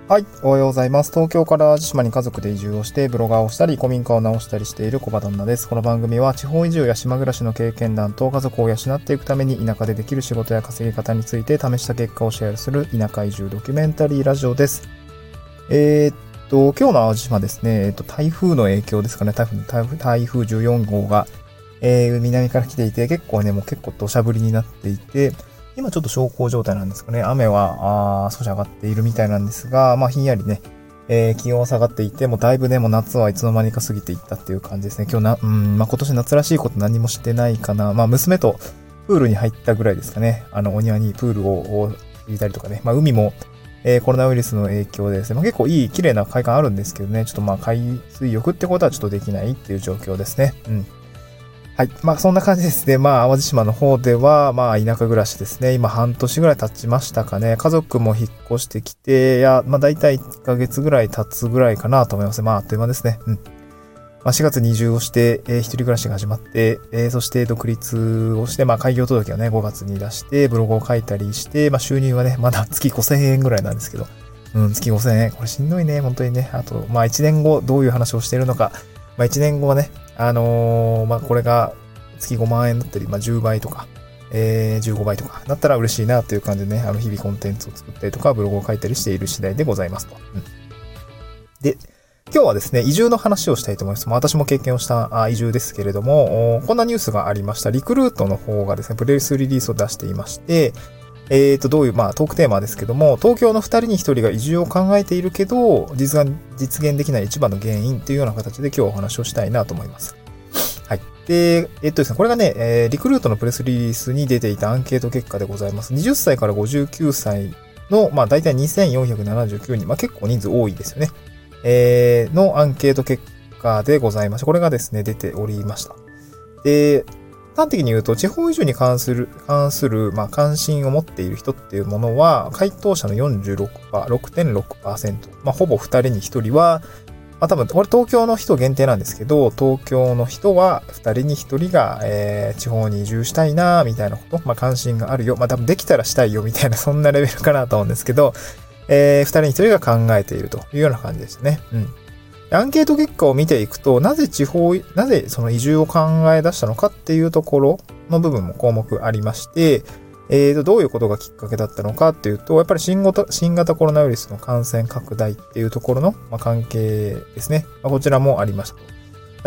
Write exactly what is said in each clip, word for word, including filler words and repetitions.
はい、おはようございます。東京から千島に家族で移住をして、ブロガーをしたり、古民家を直したりしている小場旦那です。この番組は、地方移住や島暮らしの経験談と家族を養っていくために、田舎でできる仕事や稼ぎ方について試した結果をシェアする田舎移住ドキュメンタリーラジオです。えー、っと、今日の淡路島ですね、えー、っと、台風の影響ですかね、台風、台風、台風じゅうよん号が、えー、南から来ていて、結構ね、もう結構土砂降りになっていて、今ちょっと小康状態なんですかね。雨は、あ少し上がっているみたいなんですが、まあひんやりね、えー、気温は下がっていて、もうだいぶね、もう夏はいつの間にか過ぎていったっていう感じですね。今日な、うん、まあ今年夏らしいこと何もしてないかな。まあ娘とプールに入ったぐらいですかね。あの、お庭にプールを引いたりとかね。まあ海も、えー、コロナウイルスの影響でですね、まあ結構いい、綺麗な海岸あるんですけどね、ちょっとまあ海水浴ってことはちょっとできないっていう状況ですね。うん。はい。まあ、そんな感じですね。まあ、淡路島の方では、まあ、田舎暮らしですね。今、半年ぐらい経ちましたかね。家族も引っ越してきて、いや、まあ、だいたいいっかげつぐらい経つぐらいかなと思います。まあ、あっという間ですね。うん。まあ、しがつに移住をして、えー、一人暮らしが始まって、えー、そして独立をして、まあ、開業届をね、ごがつに出して、ブログを書いたりして、まあ、収入はね、まだ月ごせんえんぐらいなんですけど、うん、月ごせんえん。これしんどいね、本当にね。あと、まあ、いちねんご、どういう話をしているのか。まあ、いちねんごはね、あのー、まあ、これが、月ごまんえんだったり、まあ、じゅうばいとか、えー、じゅうごばいとか、だったら嬉しいなという感じでね、あの、日々コンテンツを作ったりとか、ブログを書いたりしている次第でございますと。うん、で、今日はですね、移住の話をしたいと思います。まあ、私も経験をした移住ですけれども、こんなニュースがありました。リクルートの方がですね、プレスリリースを出していまして、えーと、どういう、まあ、トークテーマですけども、東京のふたりにひとりが移住を考えているけど、実現、実現できない一番の原因っていうような形で今日はお話をしたいなと思います。はい。で、えっとですね、これがね、えー、リクルートのプレスリリースに出ていたアンケート結果でございます。はたちからごじゅうきゅうさいの、まあ、だいたいにせんよんひゃくななじゅうきゅうにん、まあ、結構人数多いですよね。えー、のアンケート結果でございました。これがですね、出ておりました。で、端的に言うと、地方移住に関する、関する、まあ、関心を持っている人っていうものは、回答者の よんじゅうろくパーセント、ろくてんろくパーセント、まあ、ほぼふたりにひとりは、まあ多分、これ東京の人限定なんですけど、東京の人はふたりにひとりが、えー、地方に移住したいなみたいなこと、まあ関心があるよ。まあ多分できたらしたいよみたいな、そんなレベルかなと思うんですけど、えー、ふたりにひとりが考えているというような感じでしたね。うん。アンケート結果を見ていくと、なぜ地方、なぜその移住を考え出したのかっていうところの部分も項目ありまして、えーと、どういうことがきっかけだったのかっていうと、やっぱり新型、新型コロナウイルスの感染拡大っていうところの、まあ、関係ですね。まあ、こちらもありました。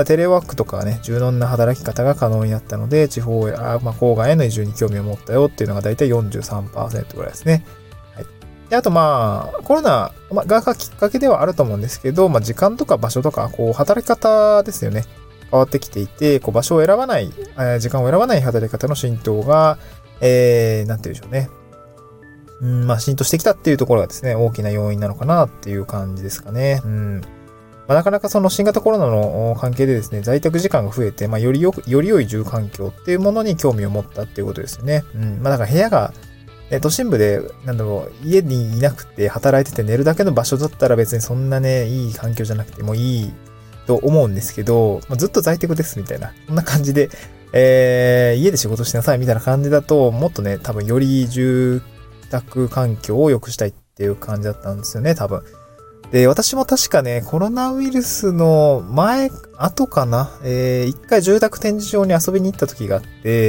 テレワークとかね、柔軟な働き方が可能になったので、地方や、まあ、郊外への移住に興味を持ったよっていうのがだいたい よんじゅうさんパーセント ぐらいですね。はい。で、あとまあ、コロナがきっかけではあると思うんですけど、まあ、時間とか場所とか、こう、働き方ですよね。変わってきていて、こう、場所を選ばない、時間を選ばない働き方の浸透が、えー、なんて言うんでしょうね。うん、まあ、浸透してきたっていうところがですね、大きな要因なのかなっていう感じですかね。うん。まあ、なかなかその新型コロナの関係でですね、在宅時間が増えて、まあ、よりよく、より良い住環境っていうものに興味を持ったっていうことですよね。うん。まあ、だから部屋が、え都心部で、なんだろう、家にいなくて働いてて寝るだけの場所だったら別にそんなね、いい環境じゃなくてもいいと思うんですけど、まあ、ずっと在宅ですみたいな、そんな感じで、えー、家で仕事しなさいみたいな感じだと、もっとね、多分より住宅環境を良くしたいっていう感じだったんですよね、多分。で、私も確かね、コロナウイルスの前、後かな、えー、一回住宅展示場に遊びに行った時があって、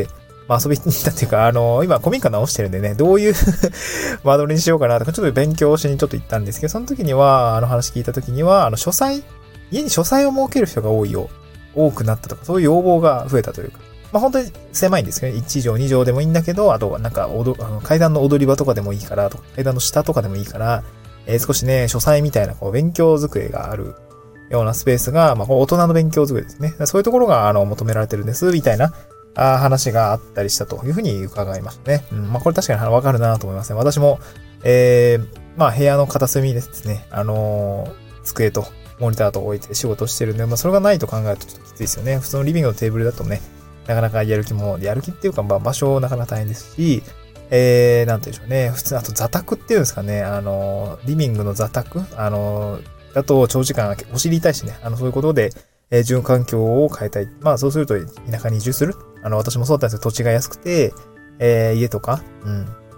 まあ遊びに行ったっていうか、あの、今古民家直してるんでね、どういう間取りにしようかなとか、ちょっと勉強しにちょっと行ったんですけど、その時には、あの話聞いた時には、あの、書斎、家に書斎を設ける人が多いよ、多くなったとか、そういう要望が増えたというか、まあ本当に狭いんですけどね。いちじょうにじょうでもいいんだけど、あとはなんかおどあの階段の踊り場とかでもいいからとか、階段の下とかでもいいから、えー、少しね、書斎みたいなこう勉強机があるようなスペースが、まあ大人の勉強机ですね。そういうところがあの求められてるんです、みたいなあ話があったりしたというふうに伺いましたね。うん、まあこれ確かにわかるなと思いますね。私も、えー、まあ部屋の片隅ですね、あのー、机とモニターと置いて仕事してるんで、まあそれがないと考えるとちょっときついですよね。普通のリビングのテーブルだとね、なかなかやる気も、やる気っていうか、まあ場所なかなか大変ですし、えー、なんて言うんでしょうね。普通、あと座卓っていうんですかね。あの、リビングの座卓あの、だと長時間、お尻痛いしね。あの、そういうことで、えー、住環境を変えたい。まあそうすると田舎に移住する。あの、私もそうだったんですよ。土地が安くて、えー、家とか、うん。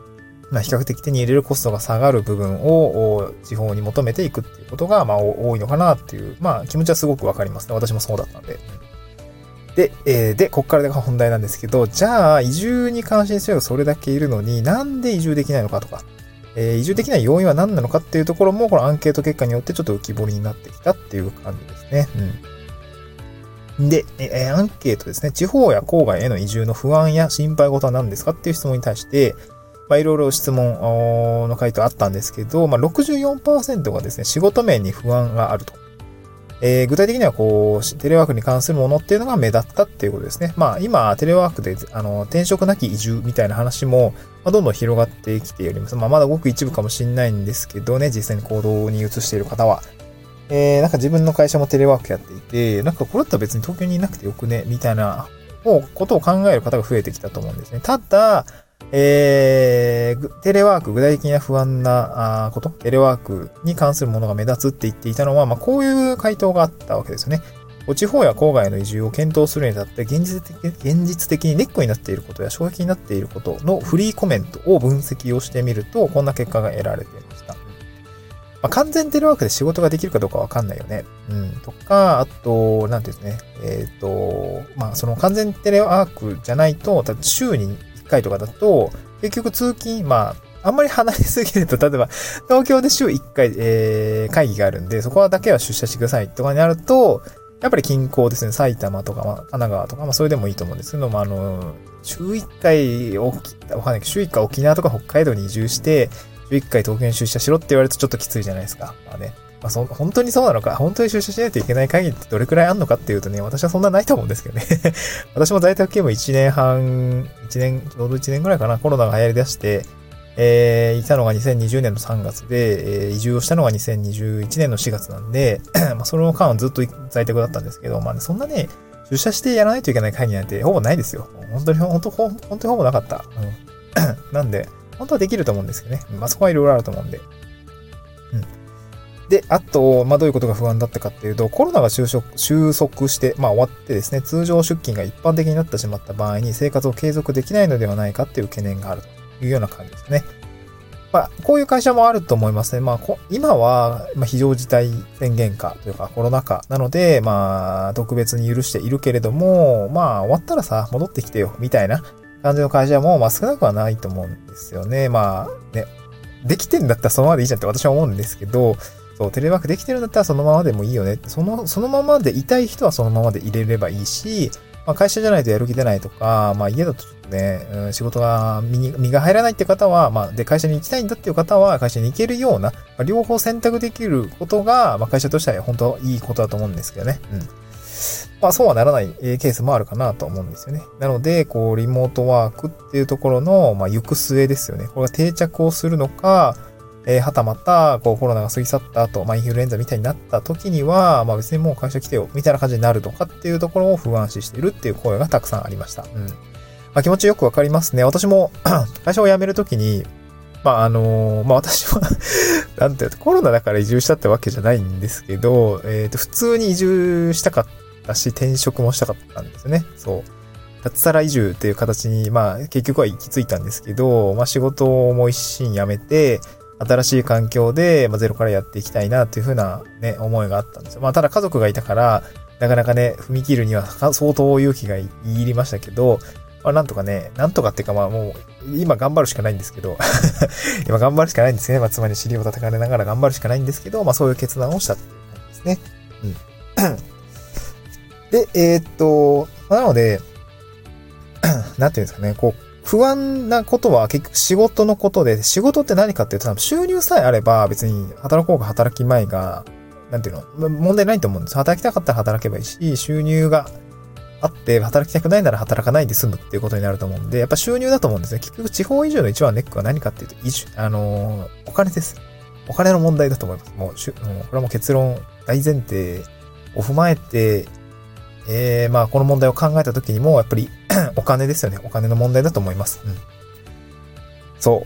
まあ、比較的手に入れるコストが下がる部分を地方に求めていくっていうことが、まあ、多いのかなっていう、まあ、気持ちはすごくわかりますね。私もそうだったんで。で、えー、で、こっからが本題なんですけど、じゃあ、移住に関心する人がそれだけいるのに、なんで移住できないのかとか、えー、移住できない要因は何なのかっていうところも、このアンケート結果によってちょっと浮き彫りになってきたっていう感じですね。うん。で、えー、アンケートですね。地方や郊外への移住の不安や心配事は何ですかっていう質問に対して、まあ、いろいろ質問の回答あったんですけど、まあ、ろくじゅうよんパーセント がですね、仕事面に不安があると。えー、具体的にはこう、テレワークに関するものっていうのが目立ったっていうことですね。まあ今、テレワークで、あの、転職なき移住みたいな話も、まあ、どんどん広がってきております。まあまだごく一部かもしれないんですけどね、実際に行動に移している方は。えー、なんか自分の会社もテレワークやっていて、なんかこれだったら別に東京にいなくてよくね、みたいな、ことを考える方が増えてきたと思うんですね。ただ、えー、テレワーク、具体的な不安なこと、テレワークに関するものが目立つって言っていたのは、まあ、こういう回答があったわけですよね。地方や郊外の移住を検討するにあたって現実的、現実的にネックになっていることや衝撃になっていることのフリーコメントを分析をしてみると、こんな結果が得られていました。まあ、完全テレワークで仕事ができるかどうかわかんないよね。うん。とか、あと、なんていうんですね。えっと、まあ、その完全テレワークじゃないと、週に回とかだと、結局通勤、まあ、あんまり離れすぎると、例えば、東京で週いっかい、えー、会議があるんで、そこはだけは出社してくださいとかになると、やっぱり近郊ですね、埼玉とか、まあ、神奈川とか、まあ、それでもいいと思うんですけど、まあ、あの、週いっかい、わかんないけど、週いっかい沖縄とか北海道に移住して、週いっかい東京に出社しろって言われるとちょっときついじゃないですか。まあね。まあ、そ、本当にそうなのか、本当に出社しないといけない会議ってどれくらいあんのかっていうとね、私はそんなないと思うんですけどね。私も在宅勤務いちねんはん、いちねん、ちょうどいちねんぐらいかな、コロナが流行り出して、えー、いたのがにせんにじゅうねんのさんがつで、えー、移住をしたのがにせんにじゅういちねんのしがつなんで、まあ、その間はずっと在宅だったんですけど、まあね、そんなね、出社してやらないといけない会議なんてほぼないですよ。本当に、本当、本当にほぼなかった。うん。なんで、本当はできると思うんですけどね。まあ、そこはいろいろあると思うんで。うん。で、あと、まあ、どういうことが不安だったかっていうと、コロナが収束、収束して、まあ、終わってですね、通常出勤が一般的になってしまった場合に生活を継続できないのではないかっていう懸念があるというような感じですね。まあ、こういう会社もあると思いますね。まあ、今は、まあ、非常事態宣言下というかコロナ禍なので、まあ、特別に許しているけれども、まあ、終わったらさ、戻ってきてよ、みたいな感じの会社も、まあ、少なくはないと思うんですよね。まあ、ね、できてんだったらそのままでいいじゃんって私は思うんですけど、そう、テレワークできてるんだったらそのままでもいいよね。その、そのままでいたい人はそのままで入れればいいし、まあ、会社じゃないとやる気出ないとか、まあ家だとちょっとね、うん、仕事が身に、身が入らないっていう方は、まあ、で、会社に行きたいんだっていう方は、会社に行けるような、まあ、両方選択できることが、まあ会社としては本当いいことだと思うんですけどね。うん。まあそうはならないケースもあるかなと思うんですよね。なので、こう、リモートワークっていうところの、まあ行く末ですよね。これが定着をするのか、えー、はたまた、こう、コロナが過ぎ去った後、まあ、インフルエンザみたいになった時には、まあ、別にもう会社来てよ、みたいな感じになるのかっていうところを不安視しているっていう声がたくさんありました。うん。まあ、気持ちよくわかりますね。私も、会社を辞めるときに、まあ、あのー、まあ、私は、なんていうと、コロナだから移住したってわけじゃないんですけど、えっと、普通に移住したかったし、転職もしたかったんですよね。そう。脱サラ移住っていう形に、まあ、結局は行き着いたんですけど、まあ、仕事も一心辞めて、新しい環境で、まあ、ゼロからやっていきたいなっていう風なね、思いがあったんですよ。まあ、ただ家族がいたから、なかなかね、踏み切るには相当勇気がいりましたけど、まあ、なんとかね、なんとかっていうかまあもう、今頑張るしかないんですけど、今頑張るしかないんですね。まあ、つまり尻を叩かれながら頑張るしかないんですけど、まあ、そういう決断をしたっていう感じですね。うん。で、えー、っと、なので、なんていうんですかね、こう、不安なことは結局仕事のことで、仕事って何かっていうと、収入さえあれば別に働こうが働きまいが、なんていうの、問題ないと思うんです。働きたかったら働けばいいし、収入があって働きたくないなら働かないで済むっていうことになると思うんで、やっぱ収入だと思うんですね。結局地方移住の一番ネックは何かっていうと、移住、あのー、お金です。お金の問題だと思います。もう、しゅもうこれはもう結論、大前提を踏まえて、えー、まあ、この問題を考えたときにも、やっぱりお金ですよね。お金の問題だと思います。うん。そう。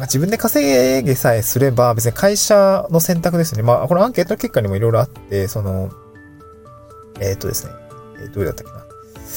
自分で稼げさえすれば、別に会社の選択ですね。まあ、このアンケート結果にもいろいろあって、その、えー、っとですね。えー、どうだったっけな。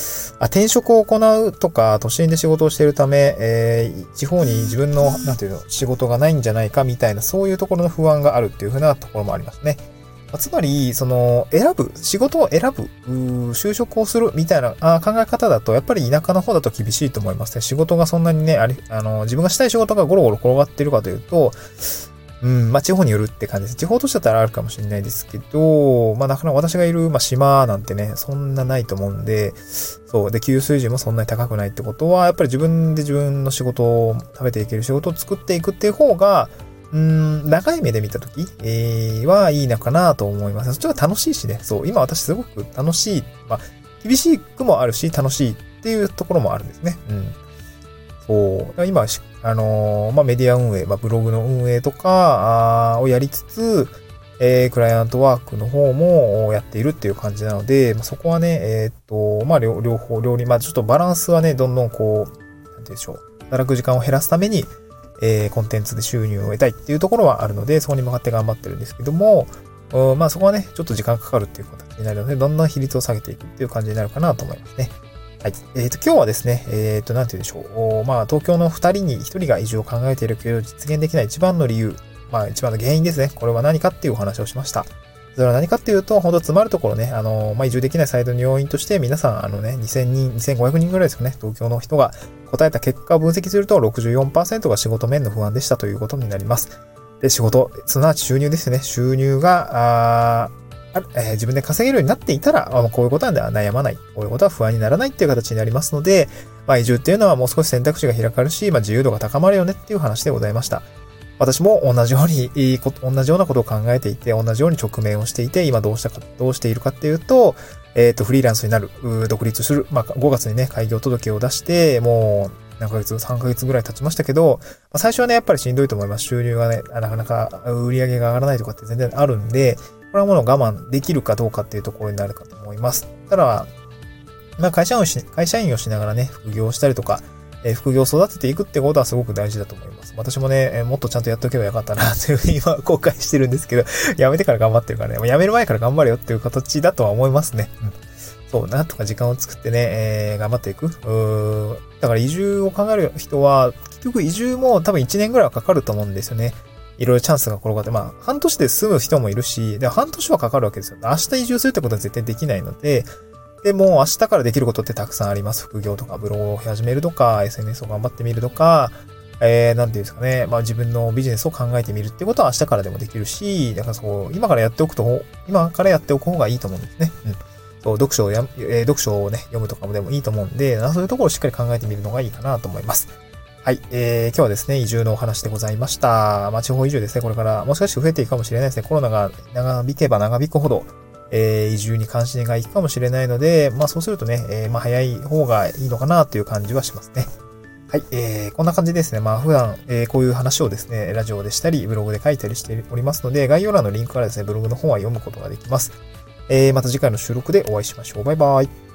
あ、転職を行うとか、都心で仕事をしているため、えー、地方に自分の、なんていうの、仕事がないんじゃないかみたいな、そういうところの不安があるっていうふうなところもありますね。まあ、つまり、その、選ぶ、仕事を選ぶ、就職をするみたいなあ考え方だと、やっぱり田舎の方だと厳しいと思いますね。仕事がそんなにね、あり、あの、自分がしたい仕事がゴロゴロ転がっているかというと、うん、まあ、地方によるって感じです。地方都市だったらあるかもしれないですけど、まあ、なかなか私がいる、まあ、島なんてね、そんなないと思うんで、そう。で、給水準もそんなに高くないってことは、やっぱり自分で自分の仕事を、食べていける仕事を作っていくっていう方が、うーん、長い目で見たとき、えー、はいいのかなと思います。そっちが楽しいしね。そう。今私すごく楽しい。まあ、厳しくもあるし、楽しいっていうところもあるんですね。うん。そう。今、あのー、まあ、メディア運営、まあ、ブログの運営とか、をやりつつ、えー、クライアントワークの方もやっているっていう感じなので、まあ、そこはね、えー、っと、まあ、両方、両輪、まあ、ちょっとバランスはね、どんどんこう、なんて言うんでしょう。働く時間を減らすために、えー、コンテンツで収入を得たいっていうところはあるので、そこに向かって頑張ってるんですけども、まあ、そこはね、ちょっと時間かかるっていう形になるので、どんどん比率を下げていくっていう感じになるかなと思いますね。はい。えっと、今日はですね、えっと、なんて言うんでしょう。まあ、東京のふたりにひとりが移住を考えているけど、実現できない一番の理由、まあ、一番の原因ですね。これは何かっていうお話をしました。それは何かっていうと、ほんと詰まるところね、あの、まあ、移住できない最大の要因として、皆さん、あのね、にせんにん、にせんごひゃくにんぐらいですかね、東京の人が答えた結果を分析すると、ろくじゅうよんパーセント が仕事面の不安でしたということになります。で、仕事、すなわち収入ですね。収入が、あえー、自分で稼げるようになっていたら、あ、こういうことは悩まない。こういうことは不安にならないっていう形になりますので、まあ、移住っていうのはもう少し選択肢が開かれるし、まあ、自由度が高まるよねっていう話でございました。私も同じように、同じようなことを考えていて、同じように直面をしていて、今どうしたか、どうしているかっていうと、えっと、フリーランスになる、独立する、まあ、ごがつにね、開業届を出して、もう、何ヶ月、さんかげつぐらい経ちましたけど、まあ、最初はね、やっぱりしんどいと思います。収入がね、なかなか売り上げが上がらないとかって全然あるんで、これはものを我慢できるかどうかっていうところになるかと思います。ただ、まあ、会社員をし、会社員をしながらね、副業をしたりとか、えー、副業を育てていくってことはすごく大事だと思います。私もね、えー、もっとちゃんとやっておけばよかったな、というふうに今後悔してるんですけど、やめてから頑張ってるからね、やめる前から頑張れよっていう形だとは思いますね。うん。そう、なんとか時間を作ってね、えー、頑張っていく。うーだから移住を考える人は、結局移住も多分いちねんぐらいはかかると思うんですよね。いろいろチャンスが転がって、まあ、半年で済む人もいるし、で、半年はかかるわけですよ。明日移住するってことは絶対できないので、でも明日からできることってたくさんあります。副業とかブログを始めるとか、エスエヌエス を頑張ってみるとか、えー、なんていうんですかね。まあ自分のビジネスを考えてみるってことは明日からでもできるし、だからそう、今からやっておくと、今からやっておく方がいいと思うんですね。うん。そう、読書をや、えー、読書をね、読むとかもでもいいと思うんで、そういうところをしっかり考えてみるのがいいかなと思います。はい。えー、今日はですね、移住のお話でございました。まあ地方移住ですね。これからもしかして増えていくかもしれないですね。コロナが長引けば長引くほど、えー、移住に関心がいくかもしれないので、まあそうするとね、えー、まあ早い方がいいのかなという感じはしますね。はい、えー、こんな感じですね。まあ普段、えー、こういう話をですね、ラジオでしたり、ブログで書いたりしておりますので、概要欄のリンクからですね、ブログの方は読むことができます。えー、また次回の収録でお会いしましょう。バイバイ。